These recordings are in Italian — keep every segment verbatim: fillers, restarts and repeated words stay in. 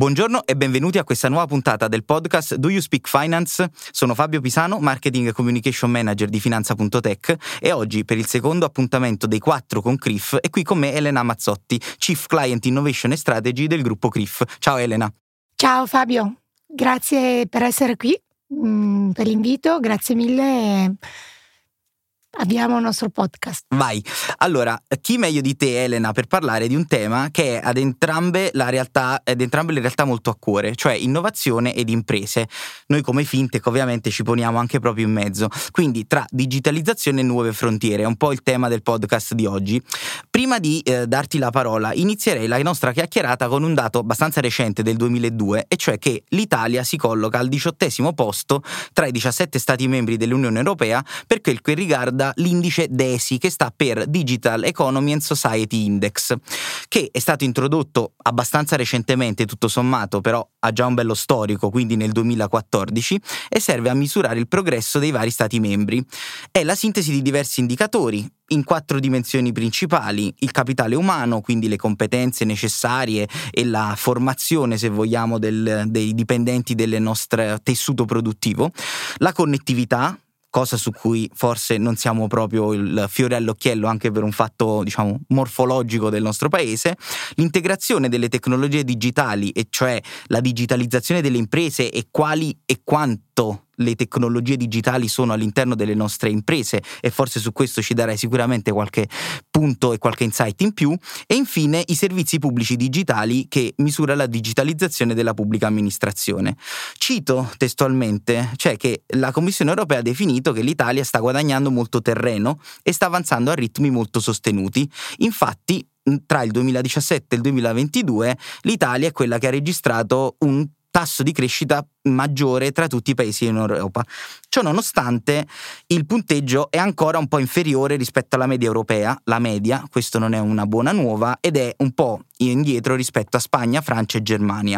Buongiorno e benvenuti a questa nuova puntata del podcast Do You Speak Finance? Sono Fabio Pisano, Marketing Communication Manager di Finanza punto tech e oggi per il secondo appuntamento dei quattro con C R I F è qui con me Elena Mazzotti, Chief Client Innovation e Strategy del gruppo C R I F. Ciao Elena. Ciao Fabio, grazie per essere qui, mh, per l'invito, grazie mille. Abbiamo il nostro podcast. Vai. Allora, chi meglio di te, Elena, per parlare di un tema che è ad entrambe la realtà, ad entrambe le realtà molto a cuore, cioè innovazione ed imprese. Noi come fintech ovviamente ci poniamo anche proprio in mezzo, quindi tra digitalizzazione e nuove frontiere, è un po' il tema del podcast di oggi. Prima di eh, darti la parola, inizierei la nostra chiacchierata con un dato abbastanza recente del duemiladue, e cioè che l'Italia si colloca al diciottesimo posto tra i diciassette stati membri dell'Unione Europea per quel che riguarda l'indice D E S I, che sta per Digital Economy and Society Index, che è stato introdotto abbastanza recentemente, tutto sommato, però ha già un bello storico, quindi nel duemilaquattordici, e serve a misurare il progresso dei vari stati membri. È la sintesi di diversi indicatori in quattro dimensioni principali: il capitale umano, quindi le competenze necessarie e la formazione, se vogliamo, del, dei dipendenti del nostro tessuto produttivo; la connettività, cosa su cui forse non siamo proprio il fiore all'occhiello anche per un fatto, diciamo, morfologico del nostro paese; l'integrazione delle tecnologie digitali, e cioè la digitalizzazione delle imprese e quali e quanto le tecnologie digitali sono all'interno delle nostre imprese, e forse su questo ci darai sicuramente qualche punto e qualche insight in più; e infine i servizi pubblici digitali, che misura la digitalizzazione della pubblica amministrazione. Cito testualmente, cioè che la Commissione Europea ha definito che l'Italia sta guadagnando molto terreno e sta avanzando a ritmi molto sostenuti. Infatti, tra il duemiladiciassette e il duemilaventidue l'Italia è quella che ha registrato un tasso di crescita maggiore tra tutti i paesi in Europa. Ciò nonostante, il punteggio è ancora un po' inferiore rispetto alla media europea, la media, questo non è una buona nuova, ed è un po' indietro rispetto a Spagna, Francia e Germania.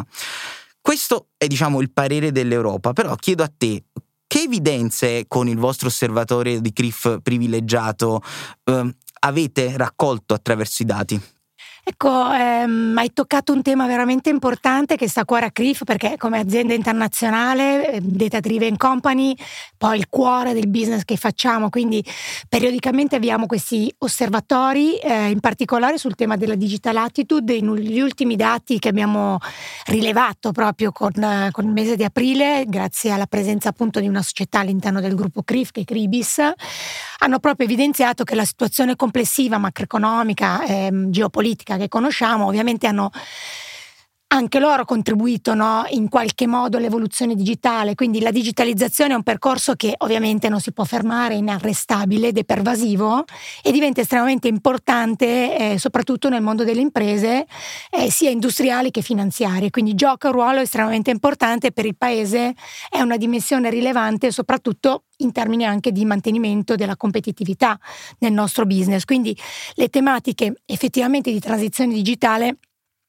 Questo è, diciamo, il parere dell'Europa, però chiedo a te, che evidenze con il vostro osservatorio di C R I F privilegiato eh, avete raccolto attraverso i dati? Ecco, ehm, hai toccato un tema veramente importante che sta a cuore a C R I F, perché come azienda internazionale, data driven company, poi il cuore del business che facciamo, quindi periodicamente abbiamo questi osservatori, eh, in particolare sul tema della digital attitude. Negli ultimi dati che abbiamo rilevato proprio con, con il mese di aprile, grazie alla presenza appunto di una società all'interno del gruppo C R I F, che è Cribis, hanno proprio evidenziato che la situazione complessiva macroeconomica, ehm, geopolitica che conosciamo, ovviamente hanno anche loro contribuito, no, in qualche modo all'evoluzione digitale. Quindi la digitalizzazione è un percorso che ovviamente non si può fermare, è inarrestabile ed è pervasivo e diventa estremamente importante, eh, soprattutto nel mondo delle imprese, eh, sia industriali che finanziarie. Quindi gioca un ruolo estremamente importante per il paese, è una dimensione rilevante soprattutto in termini anche di mantenimento della competitività nel nostro business. Quindi le tematiche effettivamente di transizione digitale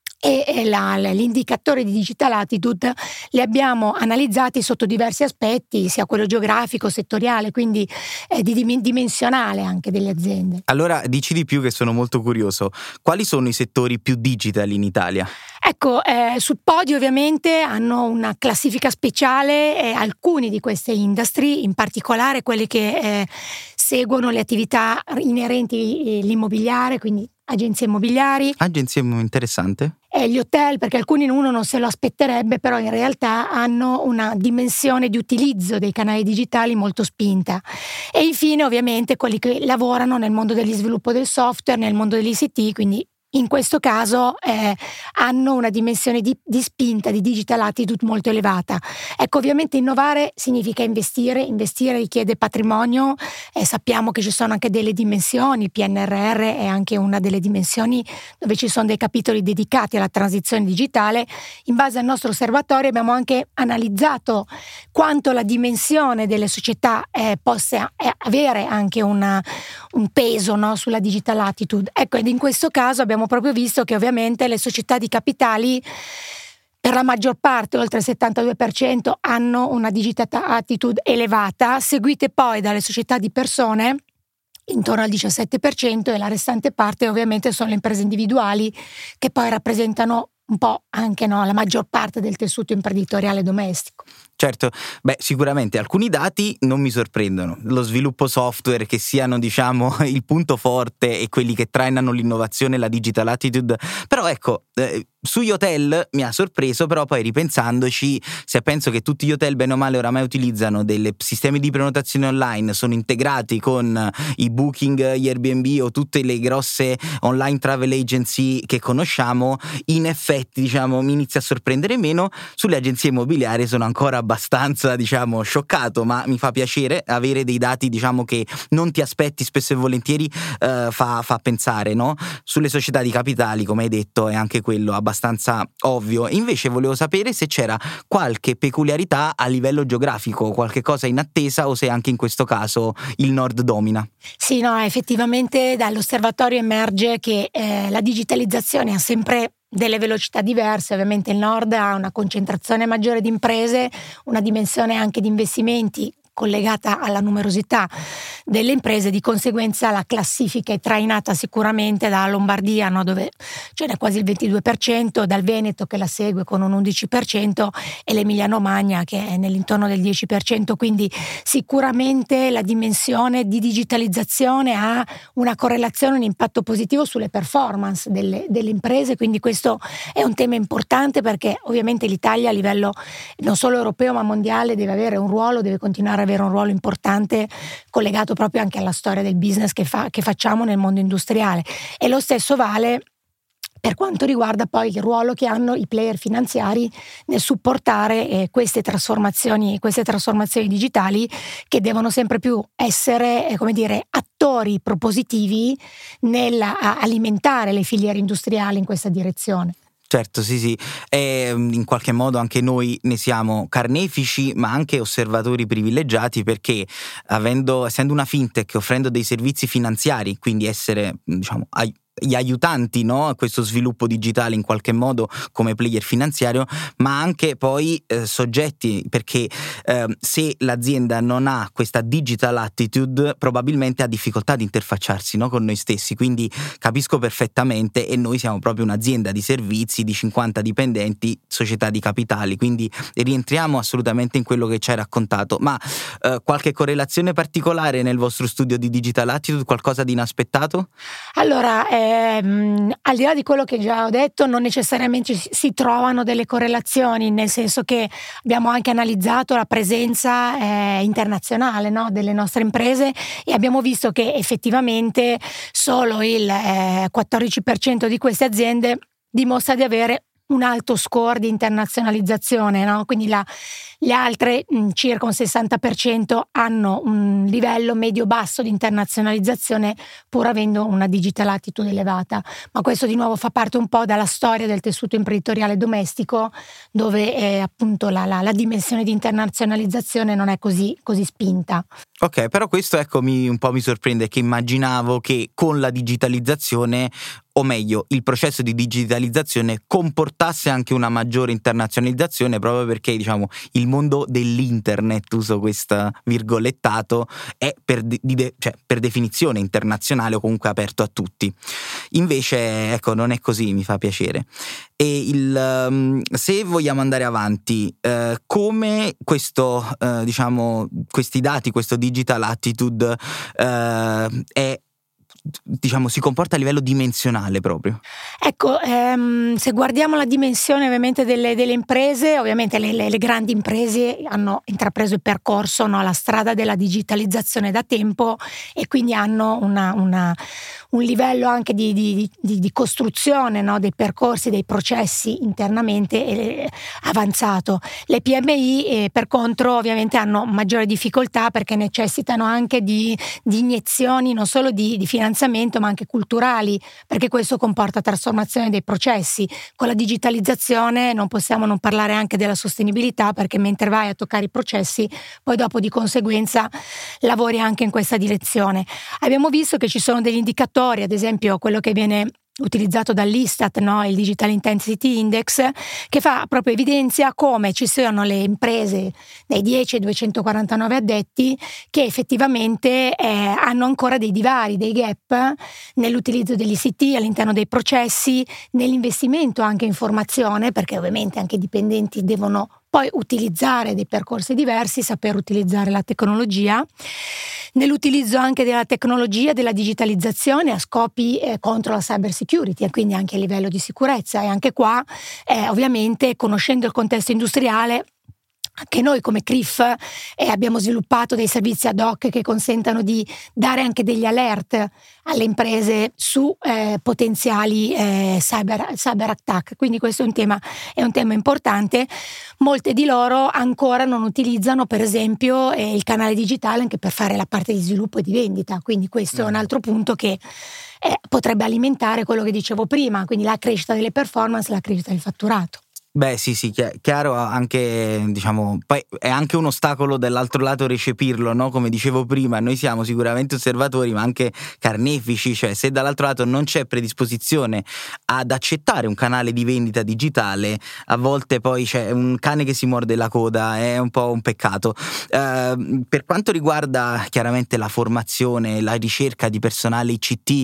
e la, l'indicatore di digital attitude li abbiamo analizzati sotto diversi aspetti, sia quello geografico, settoriale, quindi eh, di dimensionale anche delle aziende. Allora dici di più, che sono molto curioso. Quali sono i settori più digital in Italia? Ecco, eh, sul podio ovviamente hanno una classifica speciale eh, alcuni di queste industry, in particolare quelle che eh, seguono le attività inerenti all'immobiliare, quindi agenzie immobiliari. Agenzie, interessante. E gli hotel, perché alcuni uno non se lo aspetterebbe, però in realtà hanno una dimensione di utilizzo dei canali digitali molto spinta. E infine ovviamente quelli che lavorano nel mondo degli sviluppo del software, nel mondo dell'I C T, quindi in questo caso eh, hanno una dimensione di, di spinta, di digital attitude molto elevata. Ecco, ovviamente innovare significa investire, investire richiede patrimonio, eh, sappiamo che ci sono anche delle dimensioni, il P N R R è anche una delle dimensioni dove ci sono dei capitoli dedicati alla transizione digitale. In base al nostro osservatorio abbiamo anche analizzato quanto la dimensione delle società eh, possa eh, avere anche una, un peso, no, sulla digital attitude. Ecco, ed in questo caso abbiamo proprio visto che ovviamente le società di capitali per la maggior parte, oltre il settantadue per cento, hanno una digital attitude elevata, seguite poi dalle società di persone intorno al diciassette per cento, e la restante parte ovviamente sono le imprese individuali, che poi rappresentano un po' anche, no, la maggior parte del tessuto imprenditoriale domestico. Certo, beh, sicuramente alcuni dati non mi sorprendono. Lo sviluppo software, che siano, diciamo, il punto forte e quelli che trainano l'innovazione e la digital attitude. Però ecco, eh, sugli hotel mi ha sorpreso, però poi ripensandoci, se penso che tutti gli hotel bene o male oramai utilizzano dei sistemi di prenotazione online, sono integrati con i Booking, gli Airbnb o tutte le grosse online travel agency che conosciamo, in effetti, diciamo, mi inizia a sorprendere meno. Sulle agenzie immobiliari sono ancora abbastanza, diciamo, scioccato, ma mi fa piacere avere dei dati, diciamo, che non ti aspetti spesso e volentieri, eh, fa, fa pensare, no? Sulle società di capitali, come hai detto, è anche quello abbastanza ovvio. Invece volevo sapere se c'era qualche peculiarità a livello geografico, qualche cosa in attesa, o se anche in questo caso il nord domina. Sì, no, effettivamente dall'osservatorio emerge che eh, la digitalizzazione ha sempre delle velocità diverse. Ovviamente il nord ha una concentrazione maggiore di imprese, una dimensione anche di investimenti collegata alla numerosità delle imprese, di conseguenza la classifica è trainata sicuramente dalla Lombardia, no, dove ce n'è quasi il ventidue per cento, dal Veneto che la segue con un undici per cento e l'Emilia Romagna che è nell'intorno del dieci per cento, quindi sicuramente la dimensione di digitalizzazione ha una correlazione, un impatto positivo sulle performance delle, delle imprese, quindi questo è un tema importante, perché ovviamente l'Italia a livello non solo europeo ma mondiale deve avere un ruolo, deve continuare a avere un ruolo importante collegato proprio anche alla storia del business che, fa, che facciamo nel mondo industriale. E lo stesso vale per quanto riguarda poi il ruolo che hanno i player finanziari nel supportare eh, queste trasformazioni, queste trasformazioni digitali, che devono sempre più essere, eh, come dire, attori propositivi nell'alimentare le filiere industriali in questa direzione. Certo, sì, sì, e in qualche modo anche noi ne siamo carnefici, ma anche osservatori privilegiati, perché avendo, essendo una fintech, offrendo dei servizi finanziari, quindi essere, diciamo, ai gli aiutanti, no, a questo sviluppo digitale in qualche modo come player finanziario, ma anche poi eh, soggetti, perché eh, se l'azienda non ha questa digital attitude probabilmente ha difficoltà di interfacciarsi, no, con noi stessi, quindi capisco perfettamente, e noi siamo proprio un'azienda di servizi di cinquanta dipendenti, società di capitali, quindi rientriamo assolutamente in quello che ci hai raccontato. Ma eh, qualche correlazione particolare nel vostro studio di digital attitude, qualcosa di inaspettato? Allora, eh, Ehm, al di là di quello che già ho detto, non necessariamente si, si trovano delle correlazioni, nel senso che abbiamo anche analizzato la presenza eh, internazionale, no, delle nostre imprese, e abbiamo visto che effettivamente solo il eh, quattordici per cento di queste aziende dimostra di avere un alto score di internazionalizzazione, no? Quindi la, le altre, mh, circa un sessanta per cento, hanno un livello medio-basso di internazionalizzazione, pur avendo una digital attitude elevata. Ma questo di nuovo fa parte un po' dalla storia del tessuto imprenditoriale domestico, dove eh, appunto la, la, la dimensione di internazionalizzazione non è così, così spinta. Ok, però questo, ecco, mi, un po' mi sorprende, che immaginavo che con la digitalizzazione, o meglio, il processo di digitalizzazione comportasse anche una maggiore internazionalizzazione, proprio perché, diciamo, il mondo dell'internet, uso questo virgolettato, è per, di, de, cioè, per definizione internazionale o comunque aperto a tutti. Invece, ecco, non è così, mi fa piacere. E il, um, se vogliamo andare avanti, eh, come questo, eh, diciamo, questi dati, questo digital attitude eh, è, diciamo, si comporta a livello dimensionale proprio? Ecco, ehm, se guardiamo la dimensione ovviamente delle, delle imprese, ovviamente le, le, le grandi imprese hanno intrapreso il percorso, no, la strada della digitalizzazione da tempo, e quindi hanno una, una, un livello anche di, di, di, di costruzione, no, dei percorsi, dei processi internamente eh, avanzato. Le P M I eh, per contro ovviamente hanno maggiore difficoltà, perché necessitano anche di, di iniezioni non solo di, di finanziamento ma anche culturali, perché questo comporta trasformazione dei processi. Con la digitalizzazione non possiamo non parlare anche della sostenibilità, perché mentre vai a toccare i processi poi dopo di conseguenza lavori anche in questa direzione. Abbiamo visto che ci sono degli indicatori, ad esempio quello che viene utilizzato dall'Istat, no? Il Digital Intensity Index, che fa proprio evidenzia come ci siano le imprese dai dieci ai duecentoquarantanove addetti che effettivamente eh, hanno ancora dei divari, dei gap nell'utilizzo degli I C T all'interno dei processi, nell'investimento anche in formazione, perché ovviamente anche i dipendenti devono poi utilizzare dei percorsi diversi, saper utilizzare la tecnologia, nell'utilizzo anche della tecnologia, della digitalizzazione a scopi eh, contro la cyber security e quindi anche a livello di sicurezza. E anche qua eh, ovviamente, conoscendo il contesto industriale, anche noi come C R I F eh, abbiamo sviluppato dei servizi ad hoc che consentano di dare anche degli alert alle imprese su eh, potenziali eh, cyber, cyber attack. Quindi questo è un tema, è un tema importante. Molte di loro ancora non utilizzano per esempio eh, il canale digitale anche per fare la parte di sviluppo e di vendita, quindi questo mm. è un altro punto che eh, potrebbe alimentare quello che dicevo prima, quindi la crescita delle performance, la crescita del fatturato. Beh sì sì, chiaro, anche diciamo poi è anche un ostacolo dall'altro lato recepirlo, no? Come dicevo prima, noi siamo sicuramente osservatori ma anche carnefici, cioè se dall'altro lato non c'è predisposizione ad accettare un canale di vendita digitale, a volte poi c'è un cane che si morde la coda, è un po' un peccato. Uh, per quanto riguarda chiaramente la formazione, la ricerca di personale I C T,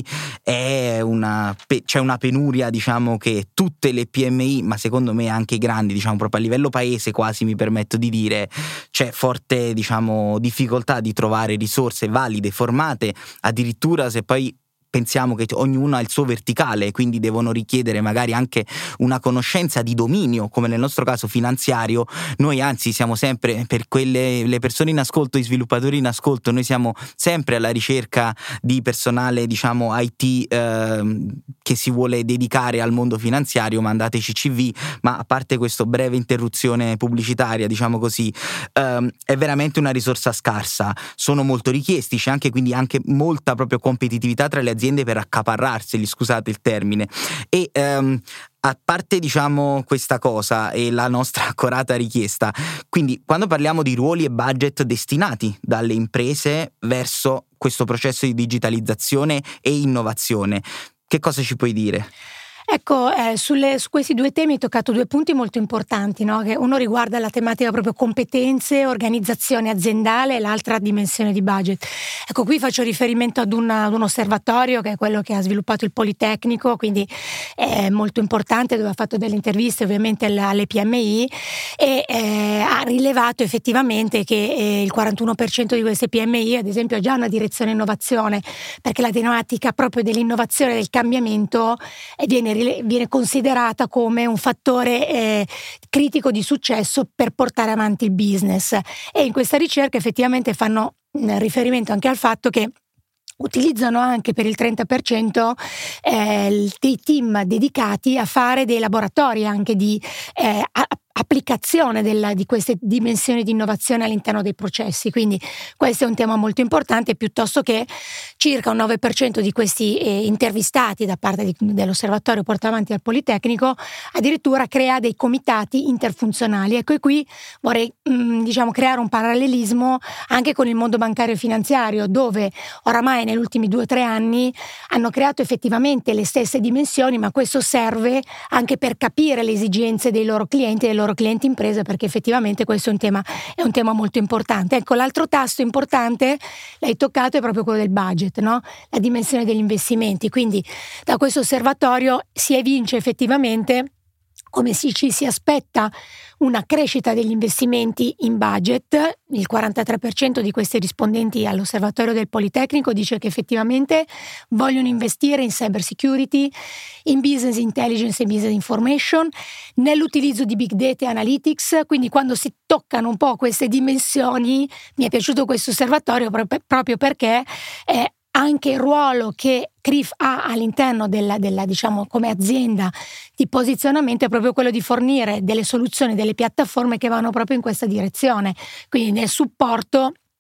è una c'è una penuria, diciamo, che tutte le P M I, ma secondo me anche anche i grandi, diciamo proprio a livello paese quasi, mi permetto di dire, c'è forte diciamo difficoltà di trovare risorse valide, formate, addirittura se poi pensiamo che ognuno ha il suo verticale, quindi devono richiedere magari anche una conoscenza di dominio, come nel nostro caso finanziario. Noi anzi siamo sempre, per quelle le persone in ascolto, i sviluppatori in ascolto, noi siamo sempre alla ricerca di personale diciamo I T eh, che si vuole dedicare al mondo finanziario, mandateci C V, ma a parte questa breve interruzione pubblicitaria, diciamo così, ehm, è veramente una risorsa scarsa, sono molto richiesti, c'è anche quindi anche molta proprio competitività tra le aziende per accaparrarseli, scusate il termine. E ehm, a parte diciamo questa cosa e la nostra accorata richiesta, quindi quando parliamo di ruoli e budget destinati dalle imprese verso questo processo di digitalizzazione e innovazione, che cosa ci puoi dire? Ecco, eh, sulle, su questi due temi hai toccato due punti molto importanti, no? Che uno riguarda la tematica proprio competenze, organizzazione aziendale, e l'altra dimensione di budget. Ecco, qui faccio riferimento ad, una, ad un osservatorio che è quello che ha sviluppato il Politecnico, quindi è molto importante, dove ha fatto delle interviste ovviamente alle P M I e eh, ha rilevato effettivamente che eh, il quarantuno per cento di queste P M I ad esempio ha già una direzione innovazione, perché la tematica proprio dell'innovazione e del cambiamento eh, viene viene considerata come un fattore eh, critico di successo per portare avanti il business. E in questa ricerca effettivamente fanno mh, riferimento anche al fatto che utilizzano anche per il trenta per cento eh, dei team dedicati a fare dei laboratori anche di eh, a, applicazione della, di queste dimensioni di innovazione all'interno dei processi. Quindi questo è un tema molto importante, piuttosto che circa un nove per cento di questi eh, intervistati da parte di, dell'osservatorio portato avanti dal Politecnico addirittura crea dei comitati interfunzionali. Ecco, e qui vorrei mh, diciamo creare un parallelismo anche con il mondo bancario e finanziario, dove oramai negli ultimi due o tre anni hanno creato effettivamente le stesse dimensioni, ma questo serve anche per capire le esigenze dei loro clienti e dei loro clienti imprese, perché effettivamente questo è un tema, è un tema molto importante. Ecco, l'altro tasto importante, l'hai toccato, è proprio quello del budget, no? La dimensione degli investimenti. Quindi da questo osservatorio si evince effettivamente come si, ci si aspetta una crescita degli investimenti in budget. Il quarantatré per cento di questi rispondenti all'osservatorio del Politecnico dice che effettivamente vogliono investire in cyber security, in business intelligence e business information, nell'utilizzo di big data e analytics. Quindi quando si toccano un po' queste dimensioni, mi è piaciuto questo osservatorio proprio perché è anche il ruolo che C R I F ha all'interno della, della, diciamo, come azienda di posizionamento è proprio quello di fornire delle soluzioni, delle piattaforme che vanno proprio in questa direzione, quindi nel supporto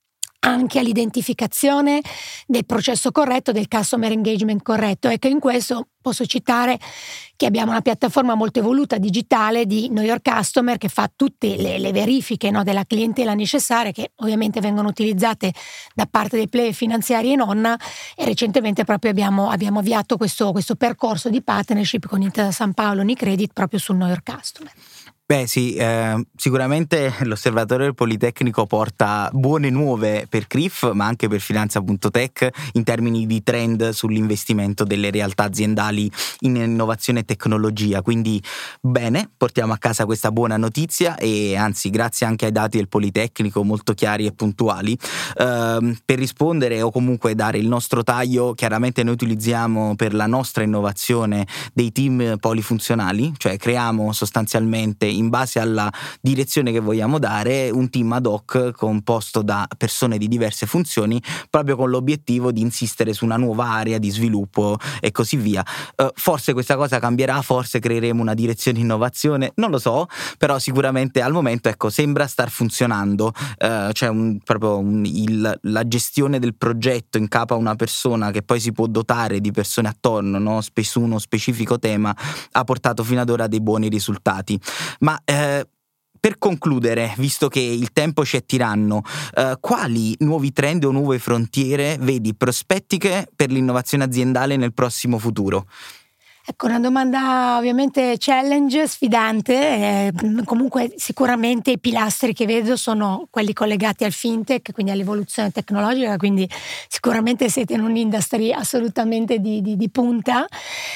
anche all'identificazione del processo corretto, del customer engagement corretto. Ecco, in questo posso citare che abbiamo una piattaforma molto evoluta digitale di Know Your Customer che fa tutte le, le verifiche, no, della clientela necessarie, che ovviamente vengono utilizzate da parte dei player finanziari e non, e recentemente proprio abbiamo, abbiamo avviato questo, questo percorso di partnership con Intesa San Paolo Unicredit proprio sul Know Your Customer. Beh sì, eh, sicuramente l'Osservatorio del Politecnico porta buone nuove per C R I F, ma anche per Finanza punto tech in termini di trend sull'investimento delle realtà aziendali in innovazione e tecnologia. Quindi bene, portiamo a casa questa buona notizia, e anzi grazie anche ai dati del Politecnico molto chiari e puntuali. Eh, per rispondere o comunque dare il nostro taglio, chiaramente noi utilizziamo per la nostra innovazione dei team polifunzionali, cioè creiamo sostanzialmente in base alla direzione che vogliamo dare un team ad hoc composto da persone di diverse funzioni, proprio con l'obiettivo di insistere su una nuova area di sviluppo e così via. Uh, forse questa cosa cambierà, forse creeremo una direzione innovazione, non lo so, però sicuramente al momento, ecco, sembra star funzionando. Uh, c'è un, proprio un, il, la gestione del progetto in capo a una persona che poi si può dotare di persone attorno, no? Su uno specifico tema, ha portato fino ad ora dei buoni risultati. Ma eh, per concludere, visto che il tempo ci è tiranno, eh, quali nuovi trend o nuove frontiere vedi prospettiche per l'innovazione aziendale nel prossimo futuro? Ecco, una domanda ovviamente challenge, sfidante, eh, comunque sicuramente i pilastri che vedo sono quelli collegati al fintech, quindi all'evoluzione tecnologica, quindi sicuramente siete in un'industria assolutamente di, di, di punta,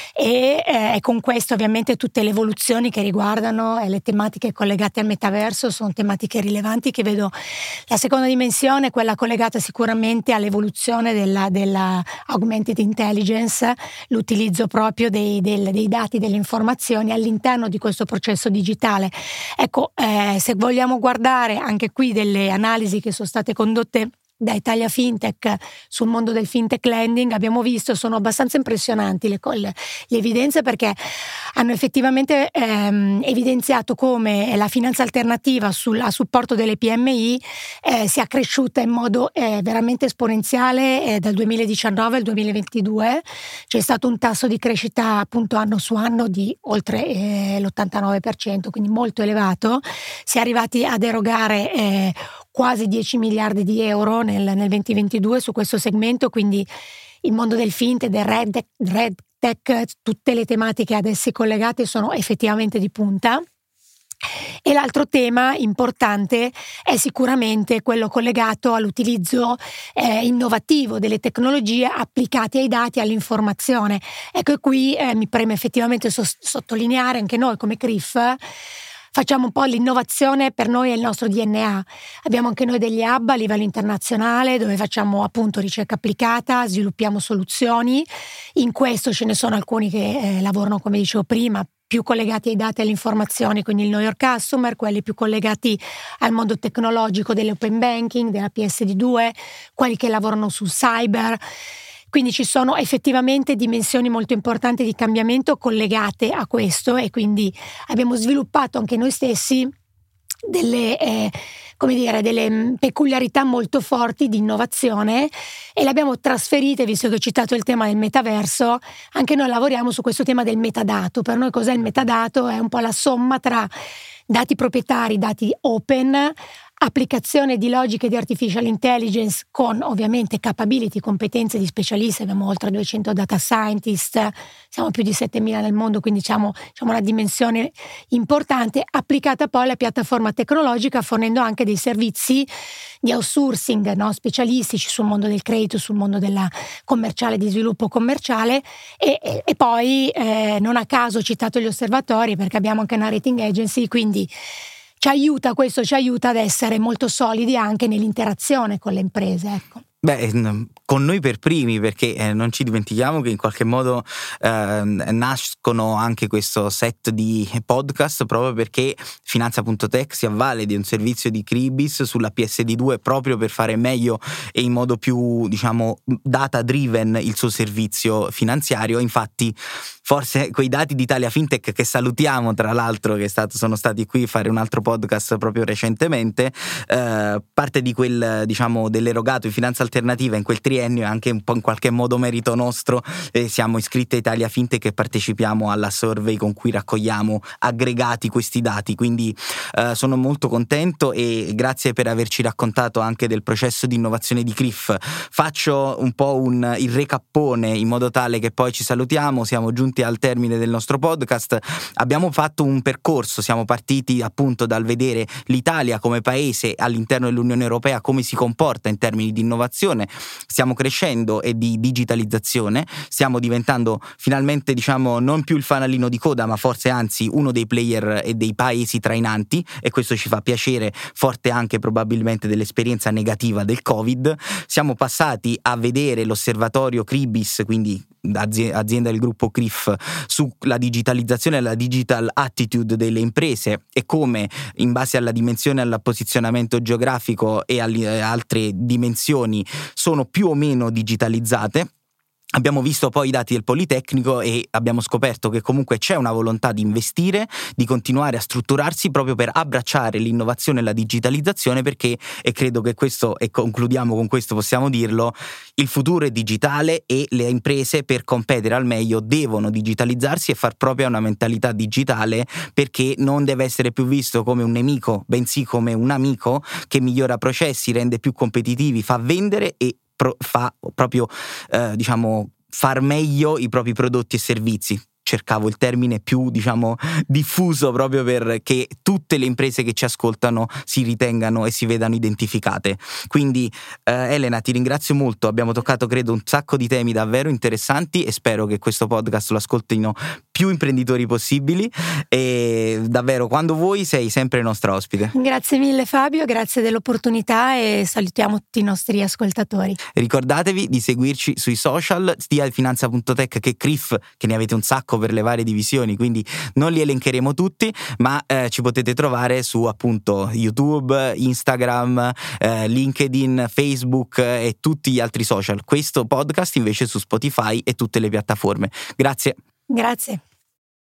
e eh, con questo ovviamente tutte le evoluzioni che riguardano e le tematiche collegate al metaverso sono tematiche rilevanti che vedo. La seconda dimensione è quella collegata sicuramente all'evoluzione della, della augmented intelligence, l'utilizzo proprio dei Del, dei dati, delle informazioni all'interno di questo processo digitale. Ecco, eh, se vogliamo guardare anche qui delle analisi che sono state condotte da Italia Fintech sul mondo del fintech lending, abbiamo visto, sono abbastanza impressionanti le, le, le evidenze, perché hanno effettivamente ehm, evidenziato come la finanza alternativa sul, a supporto delle P M I eh, sia cresciuta in modo eh, veramente esponenziale eh, dal duemiladiciannove al duemilaventidue. C'è stato un tasso di crescita appunto anno su anno di oltre eh, l'ottantanove per cento, quindi molto elevato. Si è arrivati ad erogare eh, quasi dieci miliardi di euro nel, nel duemilaventidue su questo segmento, quindi il mondo del fintech, del red, red tech, tutte le tematiche ad essi collegate sono effettivamente di punta. E l'altro tema importante è sicuramente quello collegato all'utilizzo eh, innovativo delle tecnologie applicate ai dati e all'informazione. Ecco, e qui eh, mi preme effettivamente so- sottolineare anche noi come C R I F facciamo un po' l'innovazione, per noi è il nostro D N A. Abbiamo anche noi degli hub a livello internazionale dove facciamo appunto ricerca applicata, sviluppiamo soluzioni. In questo ce ne sono alcuni che eh, lavorano, come dicevo prima, più collegati ai dati e alle informazioni, quindi il Know Your Customer, quelli più collegati al mondo tecnologico dell'open banking, della P S D due, quelli che lavorano sul cyber. Quindi ci sono effettivamente dimensioni molto importanti di cambiamento collegate a questo, e quindi abbiamo sviluppato anche noi stessi delle, eh, come dire, delle peculiarità molto forti di innovazione, e le abbiamo trasferite, visto che ho citato il tema del metaverso. Anche noi lavoriamo su questo tema del metadato. Per noi cos'è il metadato? È un po' la somma tra dati proprietari, dati open, applicazione di logiche di artificial intelligence con ovviamente capability, competenze di specialisti. Abbiamo oltre duecento data scientist, siamo più di settemila nel mondo, quindi diciamo, diciamo una dimensione importante, applicata poi alla piattaforma tecnologica, fornendo anche dei servizi di outsourcing, no, specialistici sul mondo del credito, sul mondo della commerciale, di sviluppo commerciale, e, e, e poi eh, non a caso ho citato gli osservatori, perché abbiamo anche una rating agency, quindi ci aiuta, questo ci aiuta ad essere molto solidi anche nell'interazione con le imprese, ecco. Beh, con noi per primi, perché eh, non ci dimentichiamo che in qualche modo eh, nascono anche questo set di podcast proprio perché Finanza punto tech si avvale di un servizio di Cribis sulla P S D due proprio per fare meglio e in modo più, diciamo, data driven il suo servizio finanziario. Infatti forse quei dati di Italia Fintech, che salutiamo tra l'altro, che è stato, sono stati qui a fare un altro podcast proprio recentemente, eh, parte di quel, diciamo, dell'erogato in finanza alternativa in quel triennio è anche un po' in qualche modo merito nostro. Eh, siamo iscritti a Italia Fintech e partecipiamo alla survey con cui raccogliamo aggregati questi dati, quindi eh, sono molto contento e grazie per averci raccontato anche del processo di innovazione di C R I F. Faccio un po' un, il recappone in modo tale che poi ci salutiamo. Siamo giunti al termine del nostro podcast. Abbiamo fatto un percorso, siamo partiti appunto dal vedere l'Italia come paese all'interno dell'Unione Europea, come si comporta in termini di innovazione. Stiamo crescendo e di digitalizzazione, stiamo diventando finalmente, diciamo, non più il fanalino di coda, ma forse anzi uno dei player e dei paesi trainanti, e questo ci fa piacere, forte anche probabilmente dell'esperienza negativa del Covid. Siamo passati a vedere l'osservatorio Cribis, quindi azienda del gruppo C R I F, sulla digitalizzazione e la digital attitude delle imprese e come in base alla dimensione, al posizionamento geografico e alle altre dimensioni sono più o meno digitalizzate. Abbiamo visto poi i dati del Politecnico e abbiamo scoperto che comunque c'è una volontà di investire, di continuare a strutturarsi proprio per abbracciare l'innovazione e la digitalizzazione, perché, e credo che questo, e concludiamo con questo, possiamo dirlo, il futuro è digitale e le imprese per competere al meglio devono digitalizzarsi e far propria una mentalità digitale, perché non deve essere più visto come un nemico, bensì come un amico che migliora processi, rende più competitivi, fa vendere e Pro, fa proprio eh, diciamo far meglio i propri prodotti e servizi. Cercavo il termine più, diciamo, diffuso proprio perché tutte le imprese che ci ascoltano si ritengano e si vedano identificate. Quindi eh, Elena, ti ringrazio molto, abbiamo toccato credo un sacco di temi davvero interessanti e spero che questo podcast lo ascoltino più imprenditori possibili, e davvero quando vuoi sei sempre nostra ospite. Grazie mille Fabio, grazie dell'opportunità e salutiamo tutti i nostri ascoltatori. Ricordatevi di seguirci sui social, sia Finanza punto tech che C R I F, che ne avete un sacco per le varie divisioni, quindi non li elencheremo tutti, ma eh, ci potete trovare su appunto YouTube, Instagram, eh, LinkedIn, Facebook eh, e tutti gli altri social. Questo podcast invece su Spotify e tutte le piattaforme. Grazie. Grazie.